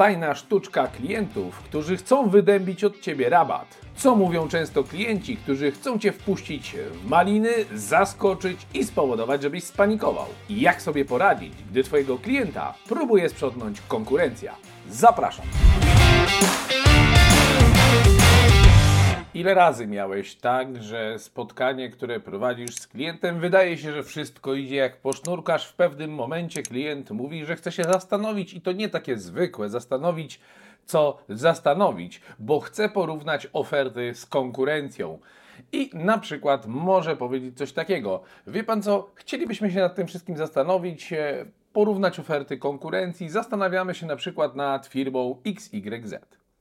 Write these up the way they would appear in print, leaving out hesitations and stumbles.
tajna sztuczka klientów, którzy chcą wydębić od Ciebie rabat. Co mówią często klienci, którzy chcą Cię wpuścić w maliny, zaskoczyć i spowodować, żebyś spanikował. I jak sobie poradzić, gdy Twojego klienta próbuje sprzątnąć konkurencja. Zapraszam! Ile razy miałeś tak, że spotkanie, które prowadzisz z klientem, wydaje się, że wszystko idzie jak po sznurku, aż w pewnym momencie klient mówi, że chce się zastanowić i to nie takie zwykłe zastanowić, co zastanowić, bo chce porównać oferty z konkurencją. I na przykład może powiedzieć coś takiego: wie pan co, chcielibyśmy się nad tym wszystkim zastanowić, porównać oferty konkurencji, zastanawiamy się na przykład nad firmą XYZ.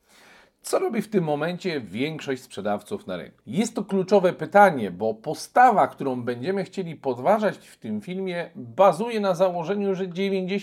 Co robi w tym momencie większość sprzedawców na rynku? Jest to kluczowe pytanie, bo postawa, którą będziemy chcieli podważać w tym filmie, bazuje na założeniu, że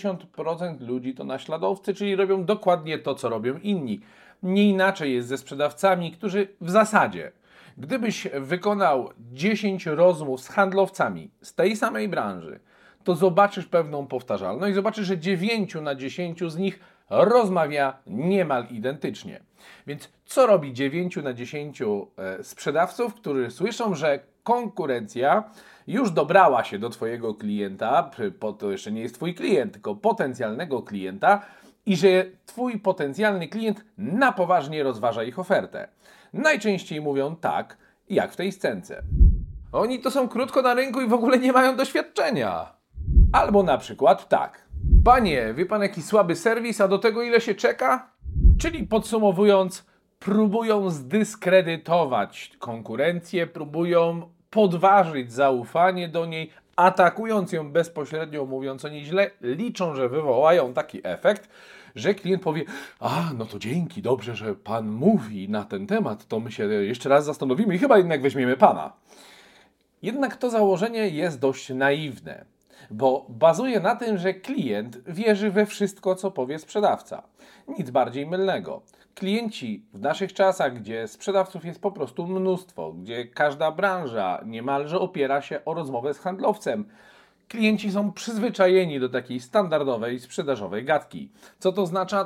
90% ludzi to naśladowcy, czyli robią dokładnie to, co robią inni. Nie inaczej jest ze sprzedawcami, którzy w zasadzie, gdybyś wykonał 10 rozmów z handlowcami z tej samej branży, to zobaczysz pewną powtarzalność, zobaczysz, że 9 na 10 z nich rozmawia niemal identycznie. Więc co robi 9 na 10 sprzedawców, którzy słyszą, że konkurencja już dobrała się do Twojego klienta, to jeszcze nie jest Twój klient, tylko potencjalnego klienta, i że Twój potencjalny klient na poważnie rozważa ich ofertę. Najczęściej mówią tak, jak w tej scence. Oni to są krótko na rynku i w ogóle nie mają doświadczenia. Albo na przykład tak: panie, wie pan jaki słaby serwis, a do tego ile się czeka? Czyli podsumowując, próbują zdyskredytować konkurencję, próbują podważyć zaufanie do niej, atakując ją bezpośrednio, mówiąc o niej źle, liczą, że wywołają taki efekt, że klient powie: a, no to dzięki, dobrze, że pan mówi na ten temat, to my się jeszcze raz zastanowimy i chyba jednak weźmiemy pana. Jednak to założenie jest dość naiwne, bo bazuje na tym, że klient wierzy we wszystko, co powie sprzedawca. Nic bardziej mylnego. Klienci w naszych czasach, gdzie sprzedawców jest po prostu mnóstwo, gdzie każda branża niemalże opiera się o rozmowę z handlowcem, klienci są przyzwyczajeni do takiej standardowej sprzedażowej gadki. Co to oznacza?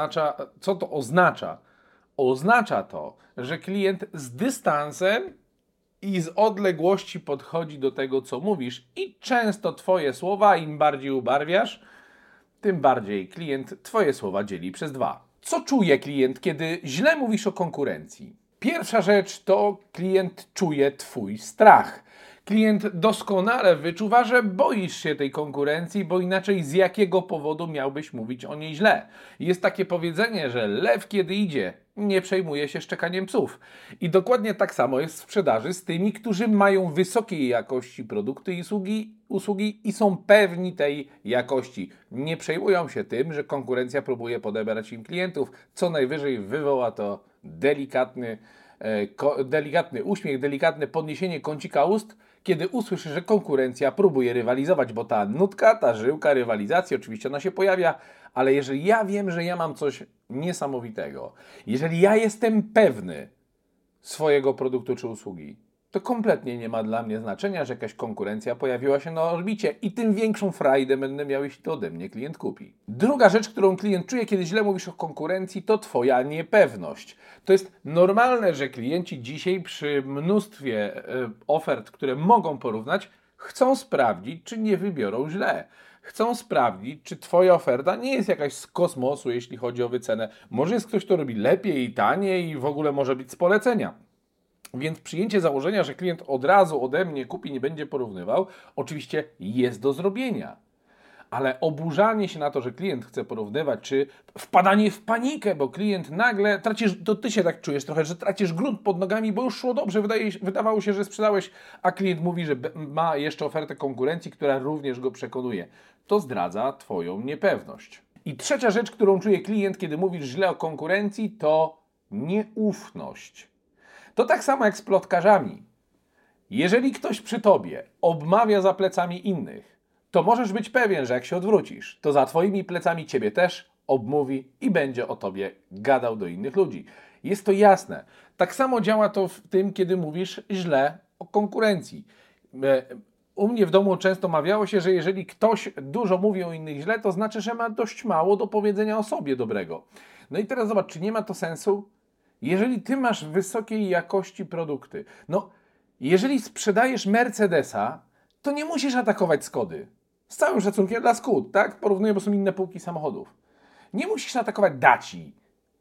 Co to oznacza? Oznacza to, że klient z dystansem i z odległości podchodzi do tego, co mówisz, i często Twoje słowa, im bardziej ubarwiasz, tym bardziej klient Twoje słowa dzieli przez 2. Co czuje klient, kiedy źle mówisz o konkurencji? Pierwsza rzecz to klient czuje Twój strach. Klient doskonale wyczuwa, że boisz się tej konkurencji, bo inaczej z jakiego powodu miałbyś mówić o niej źle? Jest takie powiedzenie, że lew kiedy idzie, nie przejmuje się szczekaniem psów. I dokładnie tak samo jest w sprzedaży z tymi, którzy mają wysokiej jakości produkty i usługi i są pewni tej jakości. Nie przejmują się tym, że konkurencja próbuje podebrać im klientów. Co najwyżej wywoła to delikatny uśmiech, delikatne podniesienie kącika ust, kiedy usłyszy, że konkurencja próbuje rywalizować, bo ta nutka, ta żyłka rywalizacji, oczywiście ona się pojawia, ale jeżeli ja wiem, że ja mam coś niesamowitego, jeżeli ja jestem pewny swojego produktu czy usługi, to kompletnie nie ma dla mnie znaczenia, że jakaś konkurencja pojawiła się na orbicie i tym większą frajdę będę miał, jeśli to ode mnie klient kupi. Druga rzecz, którą klient czuje, kiedy źle mówisz o konkurencji, to Twoja niepewność. To jest normalne, że klienci dzisiaj przy mnóstwie ofert, które mogą porównać, chcą sprawdzić, czy nie wybiorą źle. Chcą sprawdzić, czy Twoja oferta nie jest jakaś z kosmosu, jeśli chodzi o wycenę. Może jest ktoś, kto robi lepiej i taniej i w ogóle może być z polecenia. Więc przyjęcie założenia, że klient od razu ode mnie kupi, nie będzie porównywał, oczywiście jest do zrobienia. Ale oburzanie się na to, że klient chce porównywać, czy wpadanie w panikę, bo klient nagle tracisz, to ty się tak czujesz trochę, że tracisz grunt pod nogami, bo już szło dobrze, wydawało się, że sprzedałeś, a klient mówi, że ma jeszcze ofertę konkurencji, która również go przekonuje. To zdradza Twoją niepewność. I trzecia rzecz, którą czuje klient, kiedy mówisz źle o konkurencji, to nieufność. To tak samo jak z plotkarzami. Jeżeli ktoś przy Tobie obmawia za plecami innych, to możesz być pewien, że jak się odwrócisz, to za Twoimi plecami Ciebie też obmówi i będzie o Tobie gadał do innych ludzi. Jest to jasne. Tak samo działa to w tym, kiedy mówisz źle o konkurencji. U mnie w domu często mawiało się, że jeżeli ktoś dużo mówi o innych źle, to znaczy, że ma dość mało do powiedzenia o sobie dobrego. No i teraz zobacz, czy nie ma to sensu? Jeżeli ty masz wysokiej jakości produkty, no jeżeli sprzedajesz Mercedesa, to nie musisz atakować Skody. Z całym szacunkiem dla Skód, tak? Porównuję, bo są inne półki samochodów. Nie musisz atakować Daci.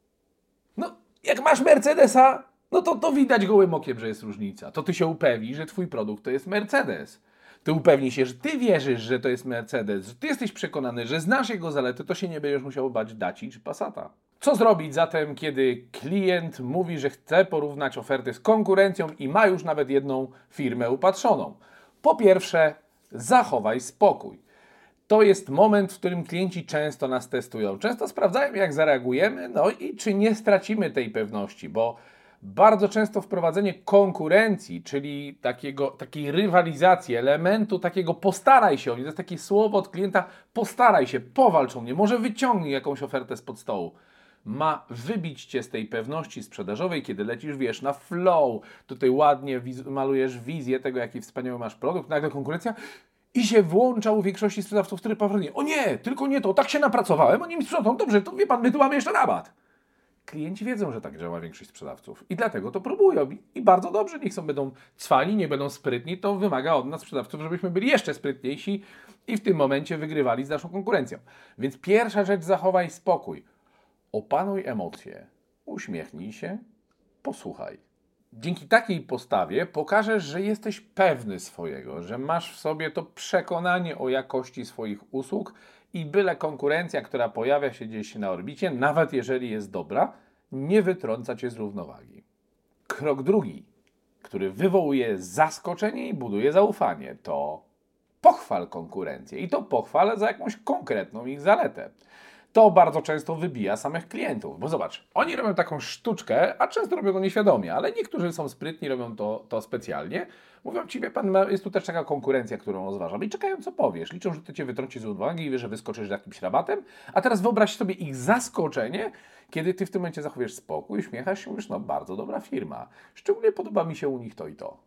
No, jak masz Mercedesa, no to widać gołym okiem, że jest różnica. To ty się upewnij, że twój produkt to jest Mercedes. Ty upewnij się, że ty wierzysz, że to jest Mercedes, że ty jesteś przekonany, że znasz jego zalety, to się nie będziesz musiał bać Daci czy Passata. Co zrobić zatem, kiedy klient mówi, że chce porównać oferty z konkurencją i ma już nawet jedną firmę upatrzoną? Po pierwsze, zachowaj spokój. To jest moment, w którym klienci często nas testują. Często sprawdzają, jak zareagujemy, no i czy nie stracimy tej pewności, bo bardzo często wprowadzenie konkurencji, czyli takiej rywalizacji, elementu takiego postaraj się o mnie, to jest takie słowo od klienta, postaraj się, powalcz o mnie, może wyciągnij jakąś ofertę spod stołu. Ma wybić cię z tej pewności sprzedażowej, kiedy lecisz, wiesz, na flow, tutaj ładnie malujesz wizję tego, jaki wspaniały masz produkt, nagle konkurencja i się włącza u większości sprzedawców tryb powrotny. O nie, tylko nie to, tak się napracowałem, oni mi sprzedają, dobrze, to wie pan, my tu mamy jeszcze rabat. Klienci wiedzą, że tak działa większość sprzedawców i dlatego to próbują. I bardzo dobrze, niech będą cwani, nie będą sprytni, to wymaga od nas sprzedawców, żebyśmy byli jeszcze sprytniejsi i w tym momencie wygrywali z naszą konkurencją. Więc pierwsza rzecz, zachowaj spokój. Opanuj emocje, uśmiechnij się, posłuchaj. Dzięki takiej postawie pokażesz, że jesteś pewny swojego, że masz w sobie to przekonanie o jakości swoich usług i byle konkurencja, która pojawia się gdzieś na orbicie, nawet jeżeli jest dobra, nie wytrąca cię z równowagi. Krok drugi, który wywołuje zaskoczenie i buduje zaufanie, to pochwal konkurencję i to pochwal za jakąś konkretną ich zaletę. To bardzo często wybija samych klientów, bo zobacz, oni robią taką sztuczkę, a często robią to nieświadomie, ale niektórzy są sprytni, robią to specjalnie. Mówią ci, wie pan, jest tu też taka konkurencja, którą rozważam i czekają, co powiesz. Liczą, że ty cię wytrąci z uwagi i wiesz, że wyskoczysz z jakimś rabatem, a teraz wyobraź sobie ich zaskoczenie, kiedy ty w tym momencie zachowujesz spokój, uśmiechasz się, mówisz, no bardzo dobra firma, szczególnie podoba mi się u nich to i to.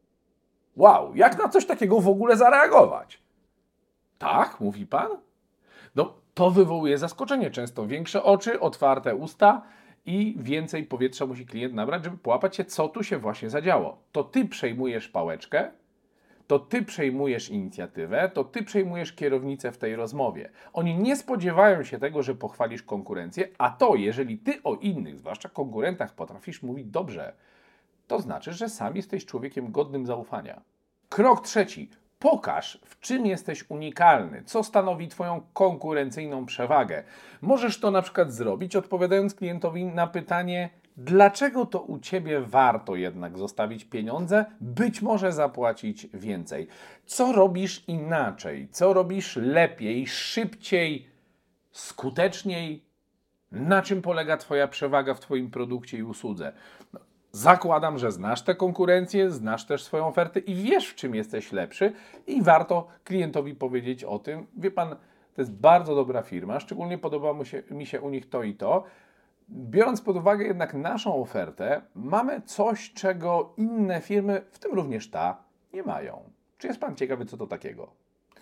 Wow, jak na coś takiego w ogóle zareagować? Tak, mówi pan? No, to wywołuje zaskoczenie. Często większe oczy, otwarte usta i więcej powietrza musi klient nabrać, żeby połapać się, co tu się właśnie zadziało. To ty przejmujesz pałeczkę, to ty przejmujesz inicjatywę, to ty przejmujesz kierownicę w tej rozmowie. Oni nie spodziewają się tego, że pochwalisz konkurencję, a to, jeżeli ty o innych, zwłaszcza konkurentach, potrafisz mówić dobrze, to znaczy, że sam jesteś człowiekiem godnym zaufania. Krok trzeci. Pokaż, w czym jesteś unikalny, co stanowi Twoją konkurencyjną przewagę. Możesz to na przykład zrobić, odpowiadając klientowi na pytanie, dlaczego to u Ciebie warto jednak zostawić pieniądze, być może zapłacić więcej. Co robisz inaczej, co robisz lepiej, szybciej, skuteczniej, na czym polega Twoja przewaga w Twoim produkcie i usłudze. Zakładam, że znasz tę konkurencję, znasz też swoją ofertę i wiesz, w czym jesteś lepszy i warto klientowi powiedzieć o tym. Wie pan, to jest bardzo dobra firma, szczególnie podoba mi się u nich to i to. Biorąc pod uwagę jednak naszą ofertę, mamy coś, czego inne firmy, w tym również ta, nie mają. Czy jest pan ciekawy, co to takiego?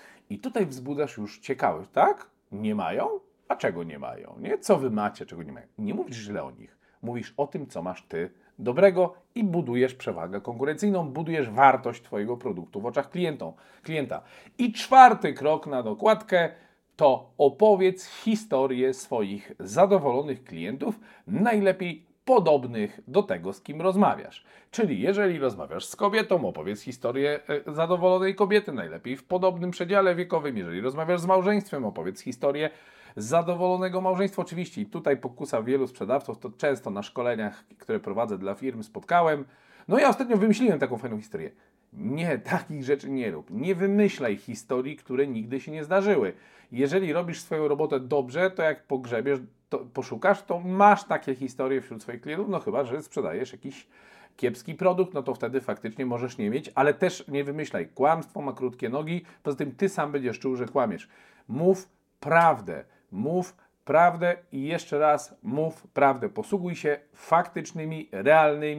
I tutaj wzbudzasz już ciekawość, tak? Nie mają? A czego nie mają? Nie? Co wy macie, czego nie mają? Nie mówisz źle o nich. Mówisz o tym, co masz ty dobrego i budujesz przewagę konkurencyjną, budujesz wartość twojego produktu w oczach klienta. I czwarty krok na dokładkę to opowiedz historię swoich zadowolonych klientów, najlepiej podobnych do tego, z kim rozmawiasz. Czyli jeżeli rozmawiasz z kobietą, opowiedz historię zadowolonej kobiety, najlepiej w podobnym przedziale wiekowym. Jeżeli rozmawiasz z małżeństwem, opowiedz historię zadowolonego małżeństwa. Oczywiście i tutaj pokusa wielu sprzedawców, to często na szkoleniach, które prowadzę dla firm, spotkałem. No ja ostatnio wymyśliłem taką fajną historię. Nie, takich rzeczy nie rób. Nie wymyślaj historii, które nigdy się nie zdarzyły. Jeżeli robisz swoją robotę dobrze, to jak pogrzebiesz, to poszukasz, to masz takie historie wśród swoich klientów, no chyba, że sprzedajesz jakiś kiepski produkt, no to wtedy faktycznie możesz nie mieć, ale też nie wymyślaj. Kłamstwo ma krótkie nogi, poza tym ty sam będziesz czuł, że kłamiesz. Mów prawdę. Mów prawdę i jeszcze raz mów prawdę. Posługuj się faktycznymi, realnymi,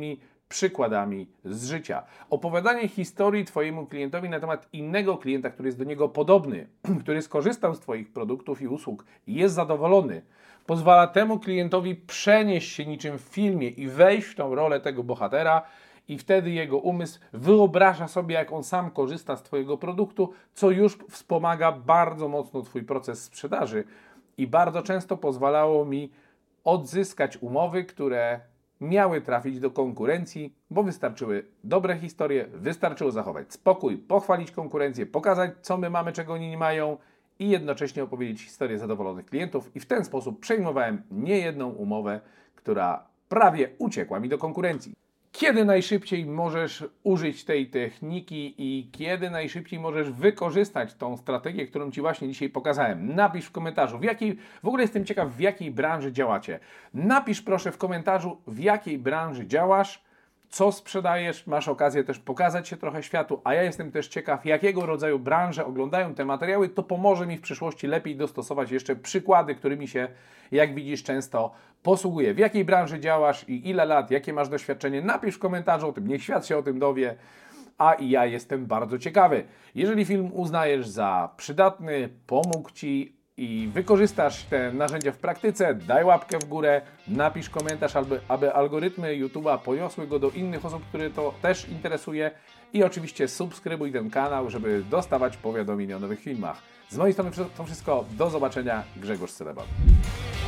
przykładami z życia. Opowiadanie historii Twojemu klientowi na temat innego klienta, który jest do niego podobny, który skorzystał z Twoich produktów i usług i jest zadowolony, pozwala temu klientowi przenieść się niczym w filmie i wejść w tą rolę tego bohatera i wtedy jego umysł wyobraża sobie, jak on sam korzysta z Twojego produktu, co już wspomaga bardzo mocno Twój proces sprzedaży i bardzo często pozwalało mi odzyskać umowy, które miały trafić do konkurencji, bo wystarczyły dobre historie, wystarczyło zachować spokój, pochwalić konkurencję, pokazać, co my mamy, czego oni nie mają i jednocześnie opowiedzieć historię zadowolonych klientów i w ten sposób przejmowałem niejedną umowę, która prawie uciekła mi do konkurencji. Kiedy najszybciej możesz użyć tej techniki i kiedy najszybciej możesz wykorzystać tą strategię, którą Ci właśnie dzisiaj pokazałem? Napisz w komentarzu, w ogóle jestem ciekaw, w jakiej branży działacie. Napisz proszę w komentarzu, w jakiej branży działasz, co sprzedajesz, masz okazję też pokazać się trochę światu, a ja jestem też ciekaw, jakiego rodzaju branże oglądają te materiały, to pomoże mi w przyszłości lepiej dostosować jeszcze przykłady, którymi się, jak widzisz, często posługuję. W jakiej branży działasz i ile lat, jakie masz doświadczenie, napisz w komentarzu o tym, niech świat się o tym dowie, a i ja jestem bardzo ciekawy. Jeżeli film uznajesz za przydatny, pomógł Ci, i wykorzystasz te narzędzia w praktyce, daj łapkę w górę, napisz komentarz, aby algorytmy YouTube'a poniosły go do innych osób, które to też interesuje i oczywiście subskrybuj ten kanał, żeby dostawać powiadomienia o nowych filmach. Z mojej strony to wszystko, do zobaczenia, Grzegorz Celeban.